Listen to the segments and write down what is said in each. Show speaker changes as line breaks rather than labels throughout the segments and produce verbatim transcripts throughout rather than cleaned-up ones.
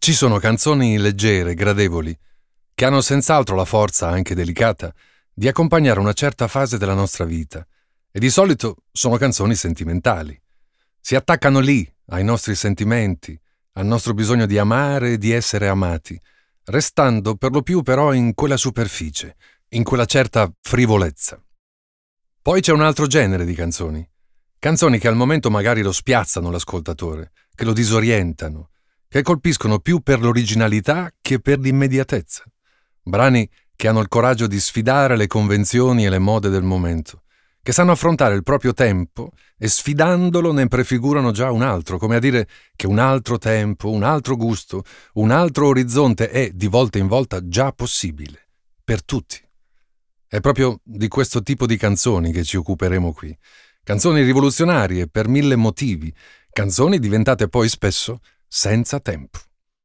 Ci sono canzoni leggere, gradevoli, che hanno senz'altro la forza, anche delicata, di accompagnare una certa fase della nostra vita, e di solito sono canzoni sentimentali. Si attaccano lì, ai nostri sentimenti, al nostro bisogno di amare e di essere amati, restando per lo più però in quella superficie, in quella certa frivolezza. Poi c'è un altro genere di canzoni, canzoni che al momento magari lo spiazzano l'ascoltatore, che lo disorientano, che colpiscono più per l'originalità che per l'immediatezza. Brani che hanno il coraggio di sfidare le convenzioni e le mode del momento, che sanno affrontare il proprio tempo e sfidandolo ne prefigurano già un altro, come a dire che un altro tempo, un altro gusto, un altro orizzonte è di volta in volta già possibile, per tutti. È proprio di questo tipo di canzoni che ci occuperemo qui. Canzoni rivoluzionarie per mille motivi, canzoni diventate poi spesso senza tempo.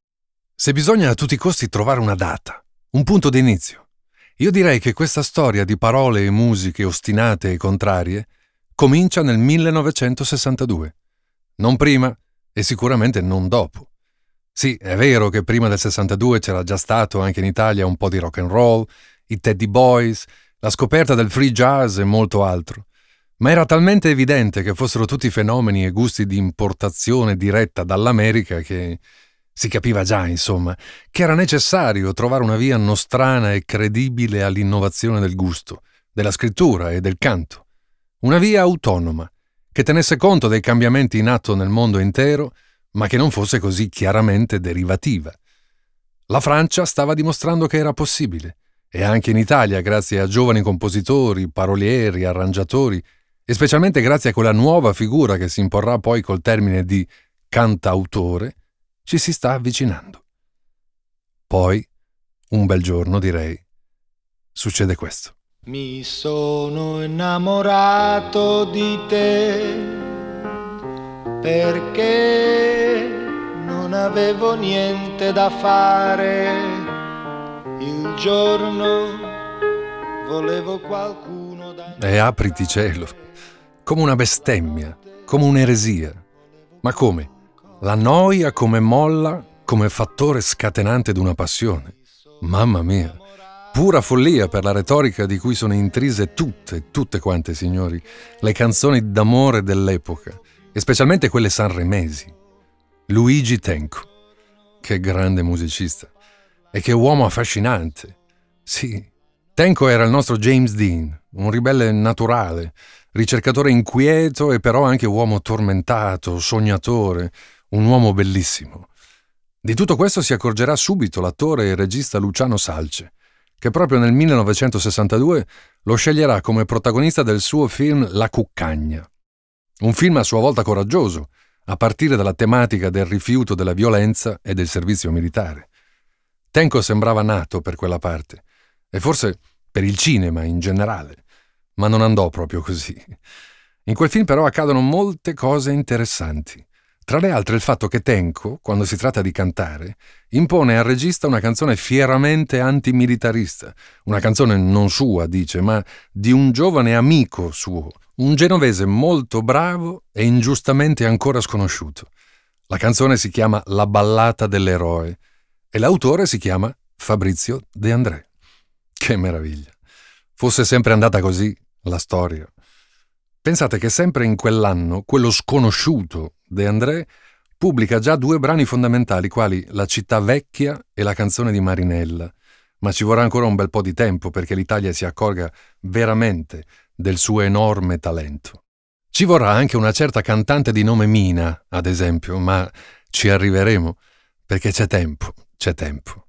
Se bisogna a tutti i costi trovare una data, un punto d'inizio, io direi che questa storia di parole e musiche ostinate e contrarie comincia nel millenovecentosessantadue. Non prima e sicuramente non dopo. Sì, è vero che prima del sessantadue c'era già stato anche in Italia un po' di rock and roll, i Teddy Boys, la scoperta del free jazz e molto altro. Ma era talmente evidente che fossero tutti fenomeni e gusti di importazione diretta dall'America che si capiva già, insomma, che era necessario trovare una via nostrana e credibile all'innovazione del gusto, della scrittura e del canto. Una via autonoma, che tenesse conto dei cambiamenti in atto nel mondo intero, ma che non fosse così chiaramente derivativa. La Francia stava dimostrando che era possibile, e anche in Italia, grazie a giovani compositori, parolieri, arrangiatori, e specialmente grazie a quella nuova figura che si imporrà poi col termine di cantautore, ci si sta avvicinando. Poi, un bel giorno, direi, succede questo.
Mi sono innamorato di te perché non avevo niente da fare. Il giorno volevo qualcuno da...
E apriti cielo, come una bestemmia, come un'eresia. Ma come? La noia come molla, come fattore scatenante di una passione. Mamma mia, pura follia per la retorica di cui sono intrise tutte, tutte quante, signori, le canzoni d'amore dell'epoca, e specialmente quelle sanremesi. Luigi Tenco, che grande musicista, e che uomo affascinante. Sì, Tenco era il nostro James Dean, un ribelle naturale, ricercatore inquieto e però anche uomo tormentato, sognatore, un uomo bellissimo. Di tutto questo si accorgerà subito l'attore e regista Luciano Salce, che proprio nel millenovecentosessantadue lo sceglierà come protagonista del suo film La Cuccagna. Un film a sua volta coraggioso, a partire dalla tematica del rifiuto della violenza e del servizio militare. Tenco sembrava nato per quella parte, e forse per il cinema in generale, ma non andò proprio così. In quel film però accadono molte cose interessanti. Tra le altre il fatto che Tenco, quando si tratta di cantare, impone al regista una canzone fieramente antimilitarista, una canzone non sua, dice, ma di un giovane amico suo, un genovese molto bravo e ingiustamente ancora sconosciuto. La canzone si chiama La ballata dell'eroe e l'autore si chiama Fabrizio De André. Che meraviglia! Fosse sempre andata così la storia. Pensate che sempre in quell'anno, quello sconosciuto De André pubblica già due brani fondamentali quali La città vecchia e la canzone di Marinella, ma ci vorrà ancora un bel po' di tempo perché l'Italia si accorga veramente del suo enorme talento. Ci vorrà anche una certa cantante di nome Mina, ad esempio, ma ci arriveremo perché c'è tempo, c'è tempo.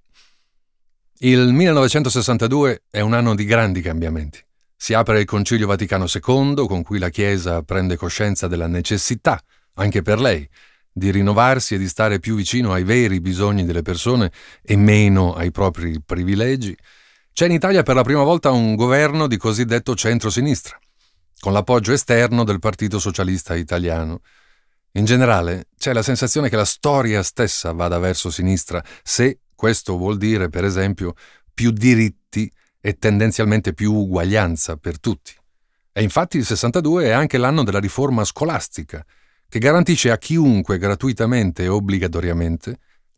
Il millenovecentosessantadue è un anno di grandi cambiamenti. Si apre il Concilio Vaticano secondo, con cui la Chiesa prende coscienza della necessità, anche per lei, di rinnovarsi e di stare più vicino ai veri bisogni delle persone e meno ai propri privilegi. C'è in Italia per la prima volta un governo di cosiddetto centro-sinistra, con l'appoggio esterno del Partito Socialista Italiano. In generale, c'è la sensazione che la storia stessa vada verso sinistra, se questo vuol dire, per esempio, più diritti e tendenzialmente più uguaglianza per tutti. E infatti il sessantadue è anche l'anno della riforma scolastica, che garantisce a chiunque gratuitamente e obbligatoriamente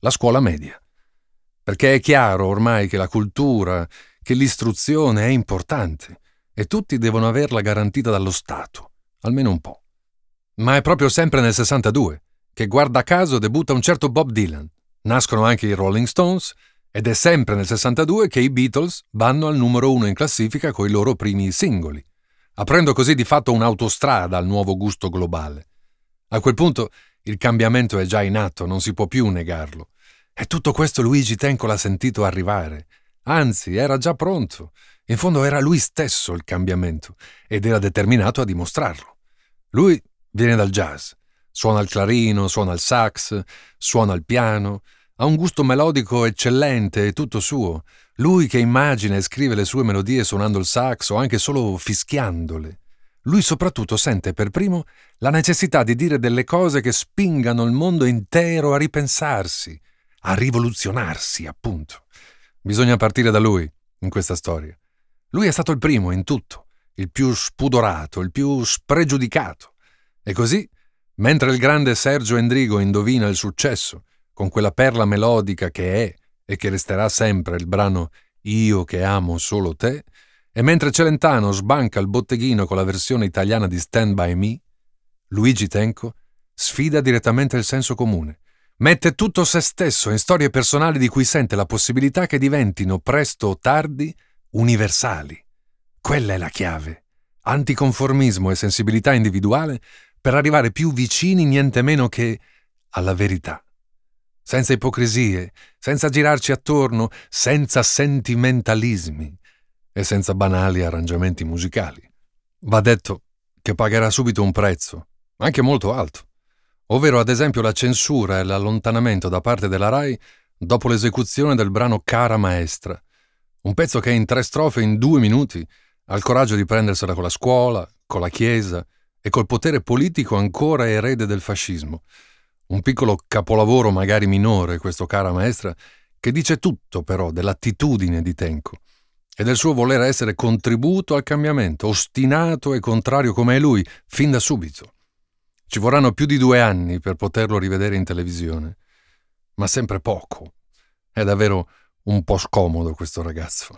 la scuola media. Perché è chiaro ormai che la cultura, che l'istruzione è importante e tutti devono averla garantita dallo Stato, almeno un po'. Ma è proprio sempre nel sessantadue che, guarda caso, debutta un certo Bob Dylan. Nascono anche i Rolling Stones ed è sempre nel sessantadue che i Beatles vanno al numero uno in classifica coi loro primi singoli, aprendo così di fatto un'autostrada al nuovo gusto globale. A quel punto il cambiamento è già in atto, non si può più negarlo. E tutto questo Luigi Tenco l'ha sentito arrivare. Anzi, era già pronto. In fondo era lui stesso il cambiamento ed era determinato a dimostrarlo. Lui viene dal jazz, suona il clarino, suona il sax, suona il piano, ha un gusto melodico eccellente e tutto suo. Lui che immagina e scrive le sue melodie suonando il sax o anche solo fischiandole. Lui soprattutto sente per primo la necessità di dire delle cose che spingano il mondo intero a ripensarsi, a rivoluzionarsi, appunto. Bisogna partire da lui in questa storia. Lui è stato il primo in tutto, il più spudorato, il più spregiudicato. E così, mentre il grande Sergio Endrigo indovina il successo con quella perla melodica che è e che resterà sempre il brano Io che amo solo te, e mentre Celentano sbanca il botteghino con la versione italiana di Stand By Me, Luigi Tenco sfida direttamente il senso comune. Mette tutto se stesso in storie personali di cui sente la possibilità che diventino presto o tardi universali. Quella è la chiave. Anticonformismo e sensibilità individuale per arrivare più vicini niente meno che alla verità. Senza ipocrisie, senza girarci attorno, senza sentimentalismi e senza banali arrangiamenti musicali. Va detto che pagherà subito un prezzo, anche molto alto. Ovvero ad esempio la censura e l'allontanamento da parte della Rai dopo l'esecuzione del brano Cara Maestra, un pezzo che in tre strofe in due minuti ha il coraggio di prendersela con la scuola, con la Chiesa e col potere politico ancora erede del fascismo. Un piccolo capolavoro magari minore, questo Cara Maestra, che dice tutto però dell'attitudine di Tenco e del suo voler essere contributo al cambiamento, ostinato e contrario come è lui, fin da subito. Ci vorranno più di due anni per poterlo rivedere in televisione, ma sempre poco. È davvero un po' scomodo questo ragazzo.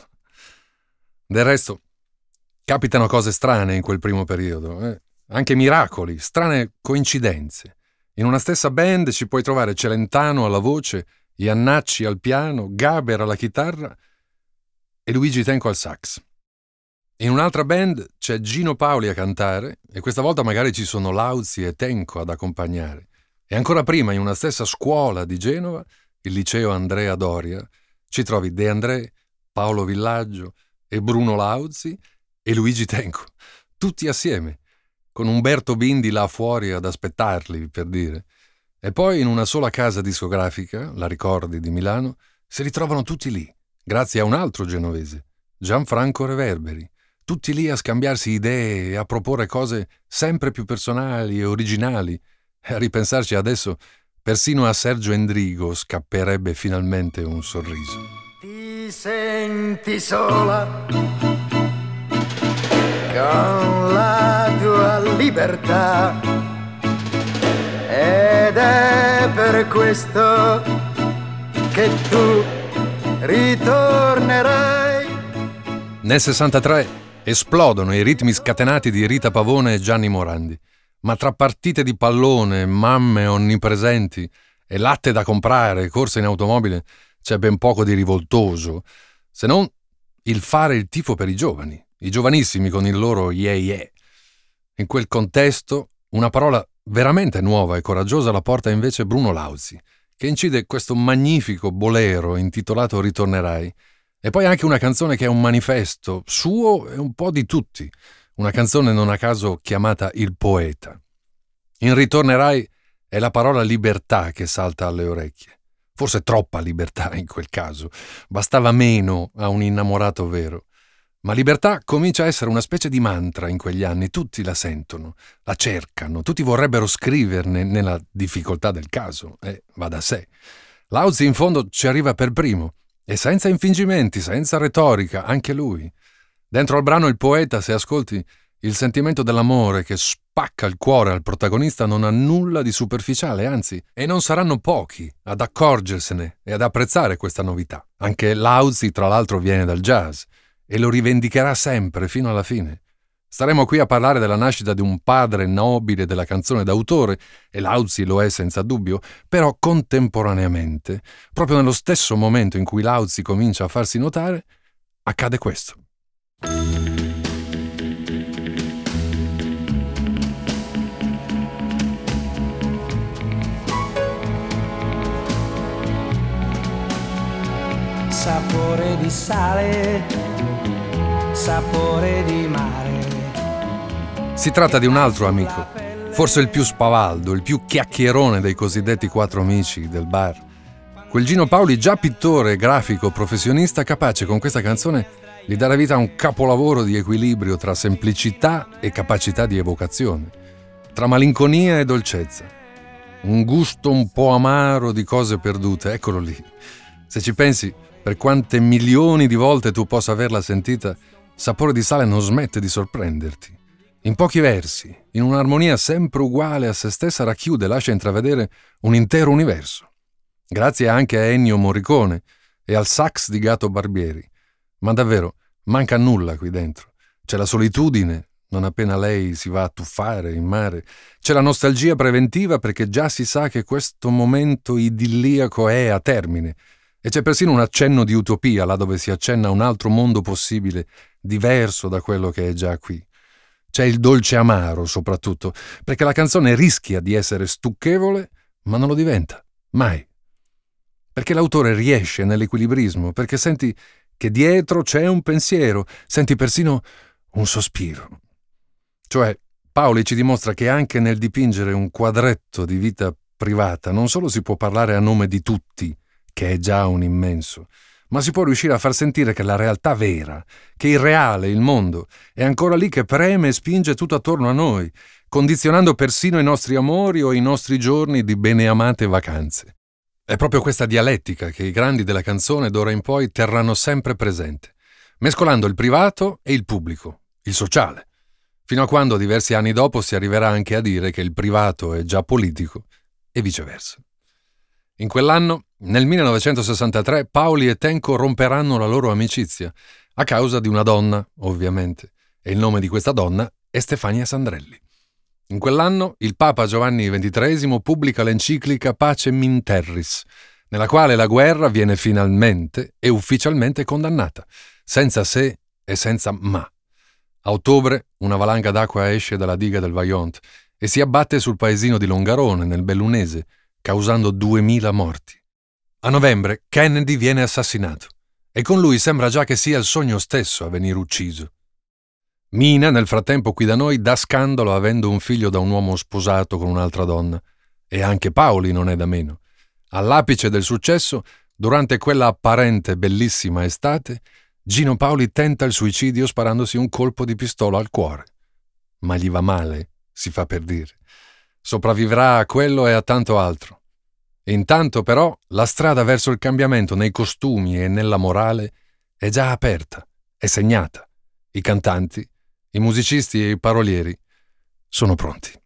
Del resto, capitano cose strane in quel primo periodo, eh? Anche miracoli, strane coincidenze. In una stessa band ci puoi trovare Celentano alla voce, Iannacci al piano, Gaber alla chitarra e Luigi Tenco al sax. In un'altra band c'è Gino Paoli a cantare e questa volta magari ci sono Lauzi e Tenco ad accompagnare. E ancora prima, in una stessa scuola di Genova, il liceo Andrea Doria, ci trovi De André, Paolo Villaggio e Bruno Lauzi e Luigi Tenco, tutti assieme, con Umberto Bindi là fuori ad aspettarli, per dire. E poi in una sola casa discografica, la Ricordi di Milano, si ritrovano tutti lì, grazie a un altro genovese, Gianfranco Reverberi, tutti lì a scambiarsi idee e a proporre cose sempre più personali e originali. E a ripensarci adesso, persino a Sergio Endrigo scapperebbe finalmente un sorriso.
Ti senti sola con la tua libertà ed è per questo che tu ritornerai.
Nel sessantatré esplodono i ritmi scatenati di Rita Pavone e Gianni Morandi, ma tra partite di pallone, mamme onnipresenti e latte da comprare, corse in automobile, c'è ben poco di rivoltoso, se non il fare il tifo per i giovani, i giovanissimi con il loro yeah yeah. In quel contesto, una parola veramente nuova e coraggiosa la porta invece Bruno Lauzi, che incide questo magnifico bolero intitolato Ritornerai, e poi anche una canzone che è un manifesto suo e un po' di tutti, una canzone non a caso chiamata Il Poeta. In Ritornerai è la parola libertà che salta alle orecchie, forse troppa libertà in quel caso, bastava meno a un innamorato vero. Ma libertà comincia a essere una specie di mantra in quegli anni, tutti la sentono, la cercano, tutti vorrebbero scriverne nella difficoltà del caso, e eh, va da sé. Lauzi in fondo ci arriva per primo, e senza infingimenti, senza retorica, anche lui. Dentro al brano Il Poeta, se ascolti, Il sentimento dell'amore che spacca il cuore al protagonista non ha nulla di superficiale, anzi, e non saranno pochi ad accorgersene e ad apprezzare questa novità. Anche Lauzi, tra l'altro, viene dal jazz e lo rivendicherà sempre fino alla fine. Staremo qui a parlare della nascita di un padre nobile della canzone d'autore, e Lauzi lo è senza dubbio, però contemporaneamente, proprio nello stesso momento in cui Lauzi comincia a farsi notare, accade questo.
Sapore di sale, sapore di mare.
Si tratta di un altro amico, forse il più spavaldo, il più chiacchierone dei cosiddetti quattro amici del bar. Quel Gino Paoli, già pittore e grafico professionista, capace con questa canzone di dare vita a un capolavoro di equilibrio tra semplicità e capacità di evocazione, tra malinconia e dolcezza. Un gusto un po' amaro di cose perdute, eccolo lì. Se ci pensi, per quante milioni di volte tu possa averla sentita, Sapore di sale non smette di sorprenderti. In pochi versi, in un'armonia sempre uguale a se stessa, racchiude, lascia intravedere un intero universo. Grazie anche a Ennio Morricone e al sax di Gato Barbieri. Ma davvero, manca nulla qui dentro. C'è la solitudine, non appena lei si va a tuffare in mare. C'è la nostalgia preventiva perché già si sa che questo momento idilliaco è a termine. E c'è persino un accenno di utopia, là dove si accenna a un altro mondo possibile, diverso da quello che è già qui. C'è il dolce amaro, soprattutto, perché la canzone rischia di essere stucchevole, ma non lo diventa, mai. Perché l'autore riesce nell'equilibrismo, perché senti che dietro c'è un pensiero, senti persino un sospiro. Cioè, Paoli ci dimostra che anche nel dipingere un quadretto di vita privata non solo si può parlare a nome di tutti, che è già un immenso, ma si può riuscire a far sentire che la realtà vera, che il reale, il mondo, è ancora lì che preme e spinge tutto attorno a noi, condizionando persino i nostri amori o i nostri giorni di beneamate vacanze. È proprio questa dialettica che i grandi della canzone d'ora in poi terranno sempre presente, mescolando il privato e il pubblico, il sociale, fino a quando diversi anni dopo si arriverà anche a dire che il privato è già politico e viceversa. In quell'anno, nel millenovecentosessantatré, Paoli e Tenco romperanno la loro amicizia, a causa di una donna, ovviamente, e il nome di questa donna è Stefania Sandrelli. In quell'anno il Papa Giovanni ventitreesimo pubblica l'enciclica Pacem in Terris, nella quale la guerra viene finalmente e ufficialmente condannata, senza se e senza ma. A ottobre una valanga d'acqua esce dalla diga del Vajont e si abbatte sul paesino di Longarone, nel Bellunese, causando duemila morti. A novembre Kennedy viene assassinato e con lui sembra già che sia il sogno stesso a venire ucciso. Mina, nel frattempo qui da noi, dà scandalo avendo un figlio da un uomo sposato con un'altra donna. E anche Paoli non è da meno. All'apice del successo, durante quella apparente bellissima estate, Gino Paoli tenta il suicidio sparandosi un colpo di pistola al cuore. Ma gli va male, si fa per dire. Sopravvivrà a quello e a tanto altro. Intanto, però, la strada verso il cambiamento nei costumi e nella morale è già aperta, è segnata. I cantanti, i musicisti e i parolieri sono pronti.